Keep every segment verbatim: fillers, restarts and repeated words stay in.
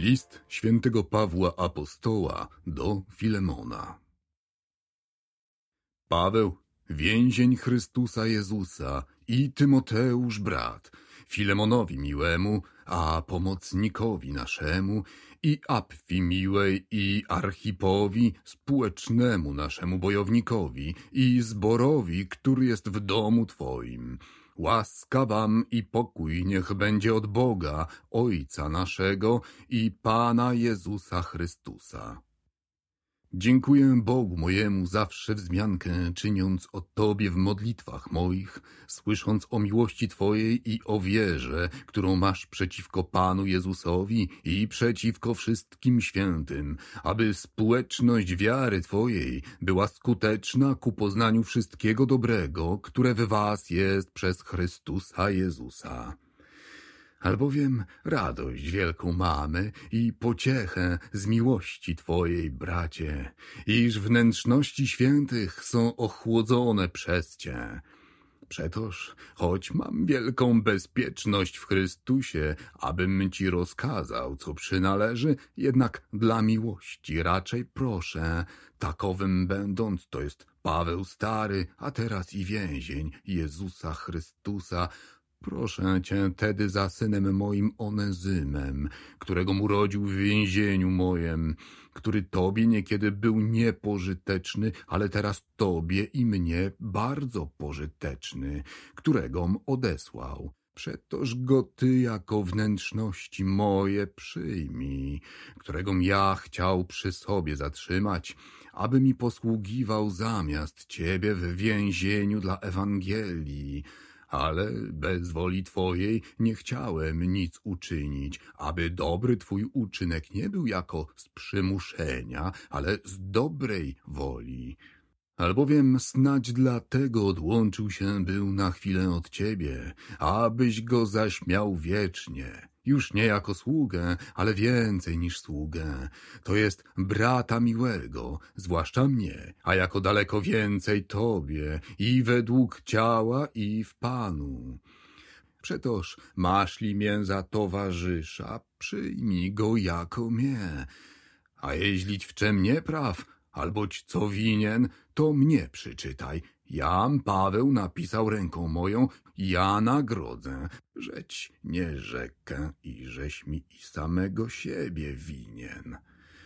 List świętego Pawła Apostoła do Filemona. Paweł, więzień Chrystusa Jezusa, i Tymoteusz brat, Filemonowi miłemu, a pomocnikowi naszemu, i Apfi miłej, i Archipowi, społecznemu naszemu bojownikowi, i zborowi, który jest w domu Twoim. Łaska wam i pokój niech będzie od Boga, Ojca naszego i Pana Jezusa Chrystusa. Dziękuję Bogu mojemu zawsze wzmiankę, czyniąc o Tobie w modlitwach moich, słysząc o miłości Twojej i o wierze, którą masz przeciwko Panu Jezusowi i przeciwko wszystkim świętym, aby społeczność wiary Twojej była skuteczna ku poznaniu wszystkiego dobrego, które w Was jest przez Chrystusa Jezusa. Albowiem radość wielką mamy i pociechę z miłości Twojej, bracie, iż wnętrzności świętych są ochłodzone przez Cię. Przetoż, choć mam wielką bezpieczność w Chrystusie, abym Ci rozkazał, co przynależy, jednak dla miłości raczej proszę, takowym będąc, to jest Paweł stary, a teraz i więzień Jezusa Chrystusa, proszę Cię tedy za synem moim Onezymem, którego mu rodził w więzieniu mojem, który Tobie niekiedy był niepożyteczny, ale teraz Tobie i mnie bardzo pożyteczny, któregom odesłał. Przetoż go Ty jako wnętrzności moje przyjmij, któregom ja chciał przy sobie zatrzymać, aby mi posługiwał zamiast Ciebie w więzieniu dla Ewangelii. Ale bez woli Twojej nie chciałem nic uczynić, aby dobry Twój uczynek nie był jako z przymuszenia, ale z dobrej woli. Albowiem snadź dlatego odłączył się był na chwilę od Ciebie, abyś go zaś miał wiecznie. Już nie jako sługę, ale więcej niż sługę, to jest brata miłego, zwłaszcza mnie, a jako daleko więcej Tobie, i według ciała, i w Panu. Przetoż masz-li mię za towarzysza, przyjmij go jako mnie, a jeźlić w czem nie praw, alboć co winien, to mnie przyczytaj. Jam, Paweł, napisał ręką moją, ja nagrodzę, żeć nie rzekę i żeś mi i samego siebie winien.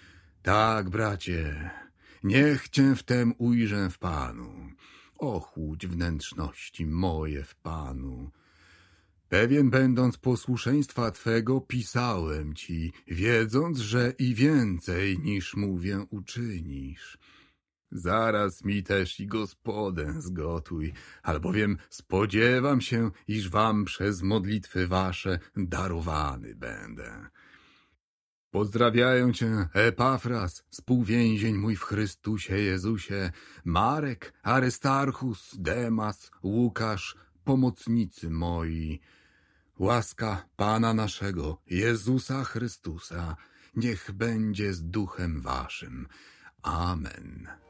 Tak, bracie, niech Cię wtem ujrzę w Panu, ochłódź wnętrzności moje w Panu. Pewien będąc posłuszeństwa Twego pisałem Ci, wiedząc, że i więcej niż mówię uczynisz. Zaraz mi też i Gospodę zgotuj, albowiem spodziewam się, iż Wam przez modlitwy Wasze darowany będę. Pozdrawiają Cię Epafras, współwięzień mój w Chrystusie Jezusie, Marek, Arystarchus, Demas, Łukasz, pomocnicy moi. Łaska Pana naszego, Jezusa Chrystusa, niech będzie z duchem Waszym. Amen.